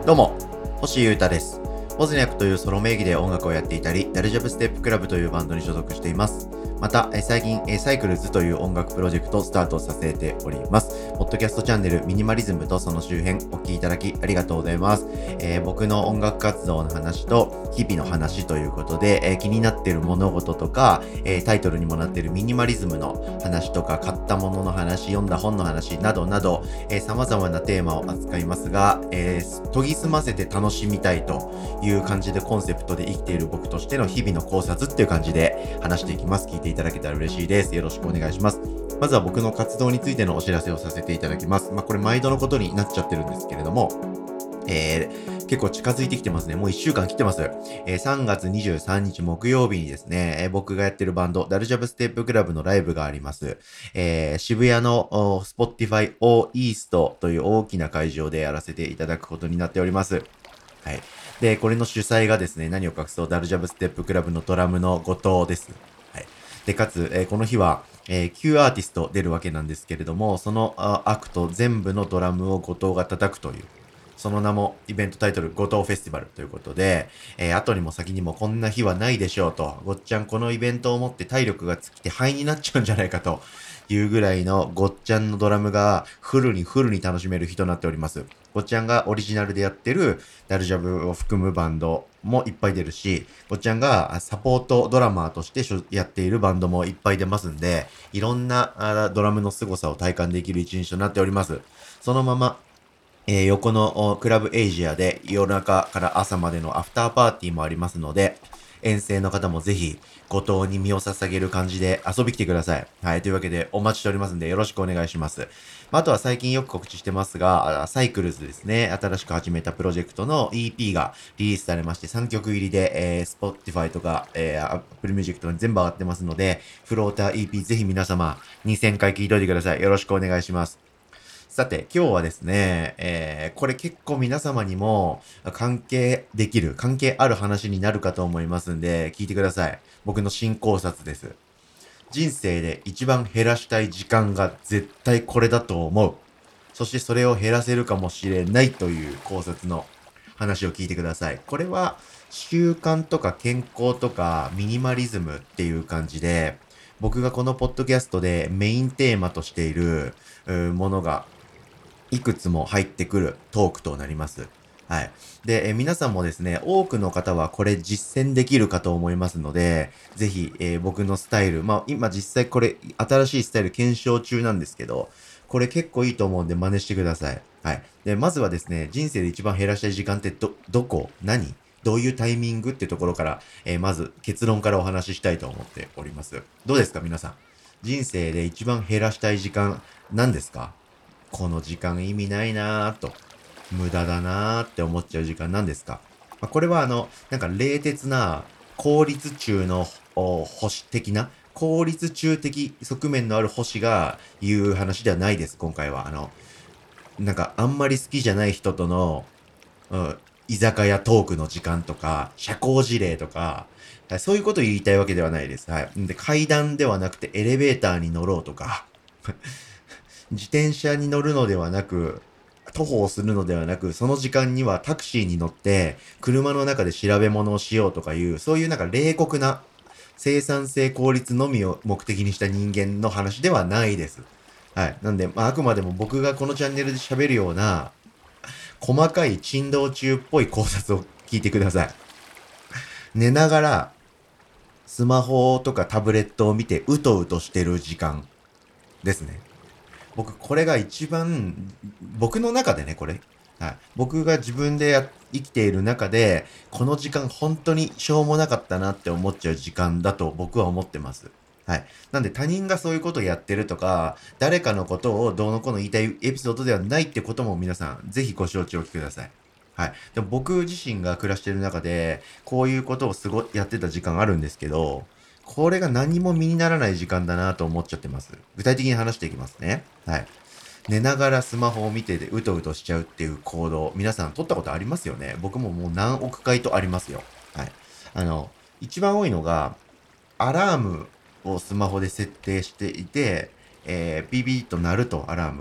どうも、星優太です。ボズニャクというソロ名義で音楽をやっていたり、ダルジャブステップクラブというバンドに所属しています。また、最近、サイクルズという音楽プロジェクトをスタートさせております。ポッドキャストチャンネルミニマリズムとその周辺お聞きいただきありがとうございます。僕の音楽活動の話と日々の話ということで、気になっている物事とか、タイトルにもなっているミニマリズムの話とか、買ったものの話、読んだ本の話などなど、様々なテーマを扱いますが、研ぎ澄ませて楽しみたいという感じでコンセプトで生きている僕としての日々の考察っていう感じで話していきます。聞いていただけたら嬉しいです。よろしくお願いします。まずは僕の活動についてのお知らせをさせていただきます。これ毎度のことになっちゃってるんですけれども、結構近づいてきてますね。もう1週間来てます。3月23日木曜日にですね、僕がやってるバンド、ダルジャブステップクラブのライブがあります。渋谷のSpotify O East という大きな会場でやらせていただくことになっております。はい。で、これの主催がですね、何を隠そう、ダルジャブステップクラブのドラムの後藤です。はい。で、かつ、この日は、Q アーティスト出るわけなんですけれども、そのアクト全部のドラムを後藤が叩くという、その名もイベントタイトル、後藤フェスティバルということで、後にも先にもこんな日はないでしょうと、ごっちゃんこのイベントをもって体力が尽きて灰になっちゃうんじゃないかというぐらいのごっちゃんのドラムがフルに楽しめる日となっております。ごっちゃんがオリジナルでやってるダルジャブを含むバンドもいっぱい出るし、ごっちゃんがサポートドラマーとしてやっているバンドもいっぱい出ますんで、いろんなドラムの凄さを体感できる一日となっております。そのまま横のクラブエイジアで夜中から朝までのアフターパーティーもありますので、遠征の方もぜひ、五島に身を捧げる感じで遊び来てください。はい。というわけで、お待ちしておりますんで、よろしくお願いします。あとは最近よく告知してますが、サイクルズですね。新しく始めたプロジェクトの EP がリリースされまして、3曲入りで、Spotify とか、Apple Music とかに全部上がってますので、フローター EP ぜひ皆様、2000回聞いといてください。よろしくお願いします。さて、今日はですね、これ結構皆様にも関係ある話になるかと思いますんで、聞いてください。僕の新考察です。人生で一番減らしたい時間が絶対これだと思う。そしてそれを減らせるかもしれないという考察の話を聞いてください。これは習慣とか健康とかミニマリズムっていう感じで、僕がこのポッドキャストでメインテーマとしているものがいくつも入ってくるトークとなります。はい。で、皆さんもですね、多くの方はこれ実践できるかと思いますので、ぜひ、僕のスタイル、今実際これ、新しいスタイル検証中なんですけど、これ結構いいと思うんで真似してください。はい。で、まずはですね、人生で一番減らしたい時間ってどこ何どういうタイミングってところから、まず結論からお話ししたいと思っております。どうですか皆さん。人生で一番減らしたい時間、何ですか？この時間意味ないなぁと、無駄だなーって思っちゃう時間なんですか？これはなんか冷徹な、効率中の保守的な、効率中的側面のある星が言う話ではないです、今回は。なんかあんまり好きじゃない人との、うん、居酒屋トークの時間とか、社交辞令とか、そういうことを言いたいわけではないです。はい。で、階段ではなくてエレベーターに乗ろうとか、自転車に乗るのではなく、徒歩をするのではなく、その時間にはタクシーに乗って、車の中で調べ物をしようとかいう、そういうなんか冷酷な生産性効率のみを目的にした人間の話ではないです。はい。なんで、あくまでも僕がこのチャンネルで喋るような、細かい珍道中っぽい考察を聞いてください。寝ながら、スマホとかタブレットを見てうとうとしてる時間ですね。僕、これが一番、僕の中でね、これ。はい。僕が自分で生きている中で、この時間本当にしょうもなかったなって思っちゃう時間だと僕は思ってます。はい。なんで他人がそういうことをやってるとか、誰かのことをどうのこうの言いたいエピソードではないってことも皆さん、ぜひご承知おきください。はい。でも僕自身が暮らしている中で、こういうことをやってた時間あるんですけど、これが何も身にならない時間だなと思っちゃってます。具体的に話していきますね。はい。寝ながらスマホを見ててうとうとしちゃうっていう行動、皆さん取ったことありますよね。僕ももう何億回とありますよ。はい。あの、一番多いのが、アラームをスマホで設定していて、ビビッと鳴るとアラームが。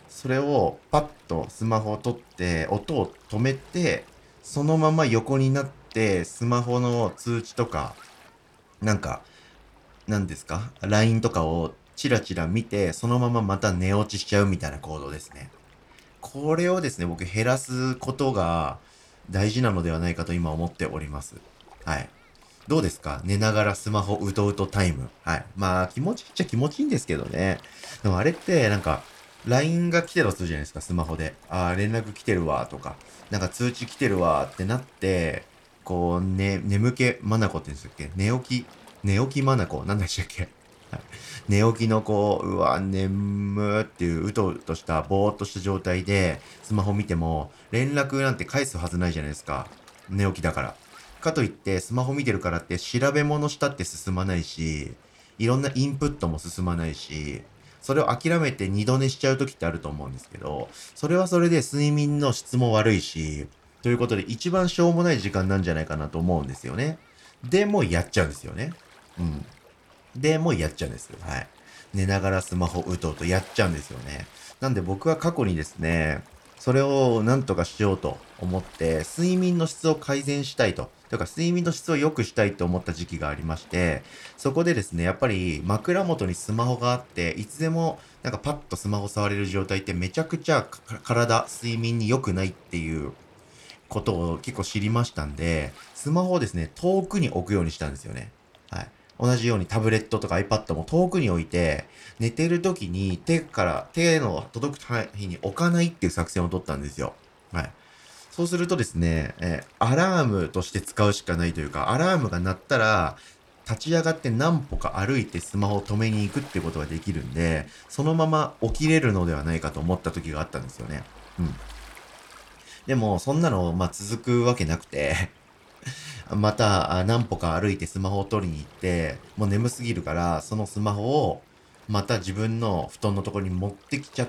それをパッとスマホを取って音を止めて、そのまま横になってスマホの通知とか、なんか、なんですか ?LINE とかをチラチラ見て、そのまままた寝落ちしちゃうみたいな行動ですね。これをですね、僕減らすことが大事なのではないかと今思っております。はい。どうですか？寝ながらスマホうとうとタイム。はい。まあ、気持ちいいっちゃ気持ちいいんですけどね。でもあれって、LINE が来てるとするじゃないですか、スマホで。連絡来てるわ、とか。通知来てるわ、ってなって、眠気まなこって言うんですっけ？寝起きまなこなんでしたっけ？はい。寝起きのうわ、眠ーっていううとうとした、ぼーっとした状態で、スマホ見ても、連絡なんて返すはずないじゃないですか。寝起きだから。かといって、スマホ見てるからって調べ物したって進まないし、いろんなインプットも進まないし、それを諦めて二度寝しちゃう時ってあると思うんですけど、それはそれで睡眠の質も悪いし、ということで一番しょうもない時間なんじゃないかなと思うんですよね。でもやっちゃうんですよね。うん。でもやっちゃうんです。はい。寝ながらスマホうとうとやっちゃうんですよね。なんで僕は過去にですね、それをなんとかしようと思って、睡眠の質を改善したいと。というか、睡眠の質を良くしたいと思った時期がありまして、そこでですね、やっぱり枕元にスマホがあって、いつでもパッとスマホ触れる状態ってめちゃくちゃ睡眠に良くないっていうことを結構知りましたんで、スマホをですね、遠くに置くようにしたんですよね。はい。同じようにタブレットとか iPad も遠くに置いて、寝てる時に手の届く範囲に置かないっていう作戦を取ったんですよ。はい。そうするとですね、アラームとして使うしかないというか、アラームが鳴ったら、立ち上がって何歩か歩いてスマホを止めに行くっていうことができるんで、そのまま起きれるのではないかと思った時があったんですよね。うん。でも、そんなの、続くわけなくてまた、何歩か歩いてスマホを取りに行って、もう眠すぎるから、そのスマホを、また自分の布団のところに持ってきちゃって、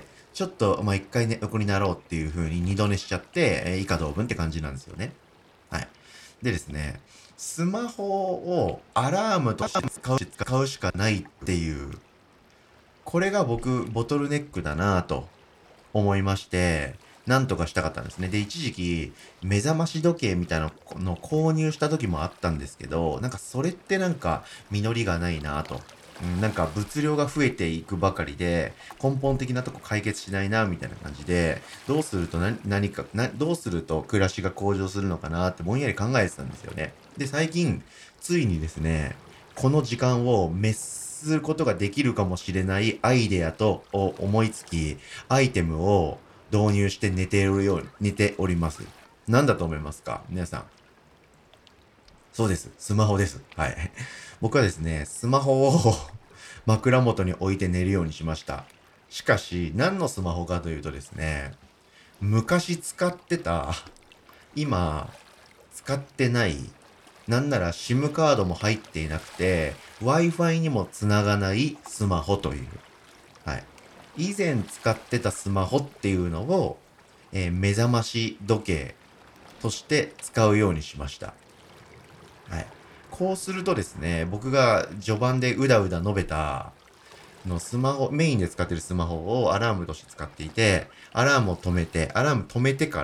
ちょっと、一回ね、横になろうっていう風に二度寝しちゃって、以下同文って感じなんですよね。はい。でですね、スマホをアラームとして使うしかないっていう、これが僕、ボトルネックだなぁと思いまして、なんとかしたかったんですね。で、一時期、目覚まし時計みたいなのを購入した時もあったんですけど、それって実りがないなぁと。うん、物量が増えていくばかりで、根本的なとこ解決しないな、みたいな感じで、どうすると暮らしが向上するのかなってぼんやり考えてたんですよね。で、最近、ついにですね、この時間を滅することができるかもしれないアイデアを思いつき、アイテムを導入して寝ております。何だと思いますか皆さん？そうです。スマホです。はい。僕はですね、スマホを枕元に置いて寝るようにしました。しかし、何のスマホかというとですね、昔使ってた、今、使ってない、なんなら SIM カードも入っていなくて、Wi-Fi にも繋がないスマホという。はい。以前使ってたスマホっていうのを、目覚まし時計として使うようにしました。はい。こうするとですね、僕が序盤でうだうだ述べた、メインで使ってるスマホをアラームとして使っていて、アラーム止めてから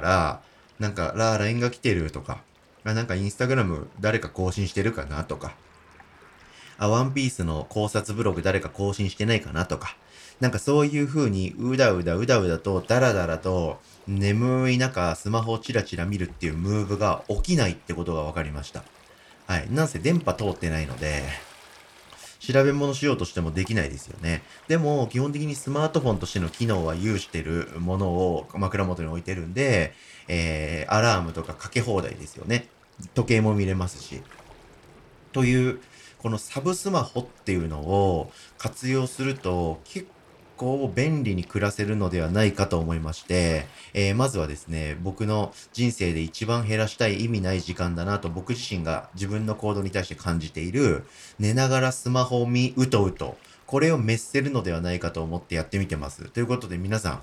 、LINE が来てるとか、インスタグラム誰か更新してるかなとか、ワンピースの考察ブログ誰か更新してないかなとか、そういう風にうだうだとダラダラと眠い中スマホをチラチラ見るっていうムーブが起きないってことが分かりました。はい。なんせ電波通ってないので、調べ物しようとしてもできないですよね。でも、基本的にスマートフォンとしての機能は有してるものを枕元に置いてるんで、アラームとかかけ放題ですよね。時計も見れますし。という、このサブスマホっていうのを活用すると結構便利に暮らせるのではないかと思いまして、まずはですね、僕の人生で一番減らしたい意味ない時間だなと僕自身が自分の行動に対して感じている、寝ながらスマホをうとうと、これを滅せるのではないかと思ってやってみてます。ということで皆さん、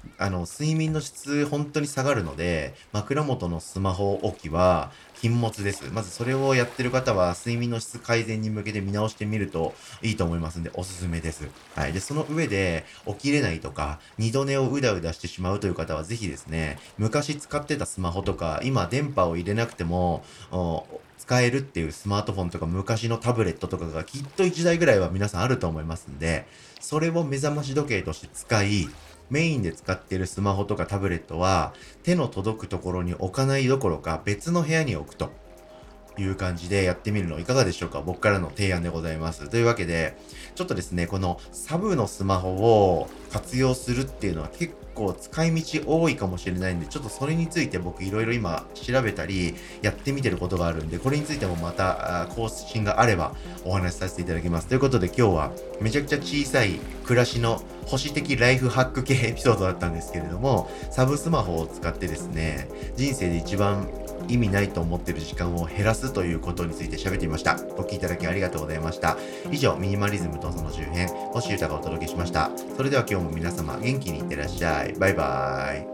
睡眠の質本当に下がるので、枕元のスマホ置きは禁物です。まずそれをやってる方は睡眠の質改善に向けて見直してみるといいと思いますんで、おすすめです。はい。で、その上で起きれないとか、二度寝をうだうだしてしまうという方はぜひですね、昔使ってたスマホとか、今電波を入れなくても、使えるっていうスマートフォンとか昔のタブレットとかがきっと1台ぐらいは皆さんあると思いますんで、それを目覚まし時計として使い、メインで使っているスマホとかタブレットは手の届くところに置かないどころか別の部屋に置くという感じでやってみるのいかがでしょうか。僕からの提案でございます。というわけで、ちょっとですね、このサブのスマホを活用するっていうのは結構使い道多いかもしれないんで、ちょっとそれについて僕いろいろ今調べたりやってみてることがあるんで、これについてもまた更新があればお話しさせていただきます。ということで今日はめちゃくちゃ小さい暮らしの保守的ライフハック系エピソードだったんですけれども、サブスマホを使ってですね、人生で一番意味ないと思っている時間を減らすということについて喋ってみました。お聞きいただきありがとうございました。以上、ミニマリズムとその周辺、星豊がお届けしました。それでは今日も皆様元気にいってらっしゃい。バイバーイ。